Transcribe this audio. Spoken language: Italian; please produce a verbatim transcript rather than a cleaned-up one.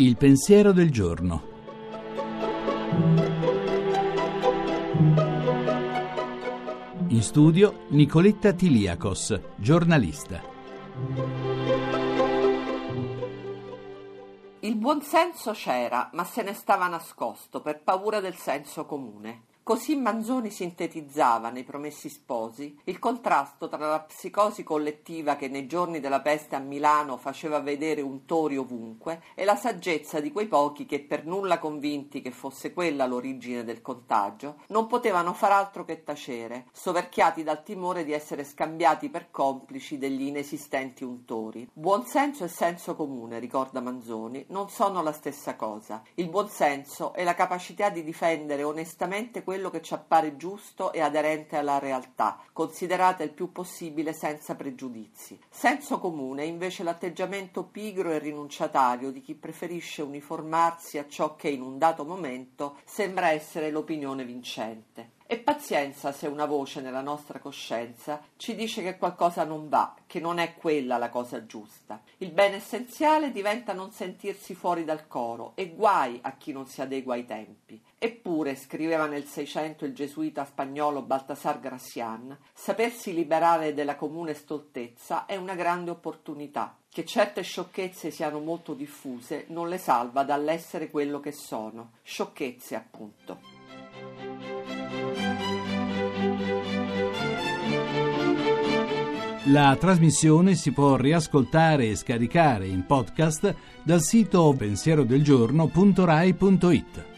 Il pensiero del giorno. In studio Nicoletta Tiliakos, giornalista. Il buonsenso c'era, ma se ne stava nascosto per paura del senso comune. Così Manzoni sintetizzava nei Promessi Sposi il contrasto tra la psicosi collettiva che nei giorni della peste a Milano faceva vedere untori ovunque e la saggezza di quei pochi che, per nulla convinti che fosse quella l'origine del contagio, non potevano far altro che tacere, soverchiati dal timore di essere scambiati per complici degli inesistenti untori. Buonsenso e senso comune, ricorda Manzoni, non sono la stessa cosa. Il buonsenso è la capacità di difendere onestamente quello che ci appare giusto e aderente alla realtà, considerata il più possibile senza pregiudizi. Senso comune è invece l'atteggiamento pigro e rinunciatario di chi preferisce uniformarsi a ciò che in un dato momento sembra essere l'opinione vincente. E pazienza se una voce nella nostra coscienza ci dice che qualcosa non va, che non è quella la cosa giusta. Il bene essenziale diventa non sentirsi fuori dal coro e guai a chi non si adegua ai tempi. Eppure, scriveva nel Seicento il gesuita spagnolo Baltasar Gracián, sapersi liberare della comune stoltezza è una grande opportunità. Che certe sciocchezze siano molto diffuse non le salva dall'essere quello che sono, sciocchezze appunto. La trasmissione si può riascoltare e scaricare in podcast dal sito pensierodelgiorno punto rai punto it.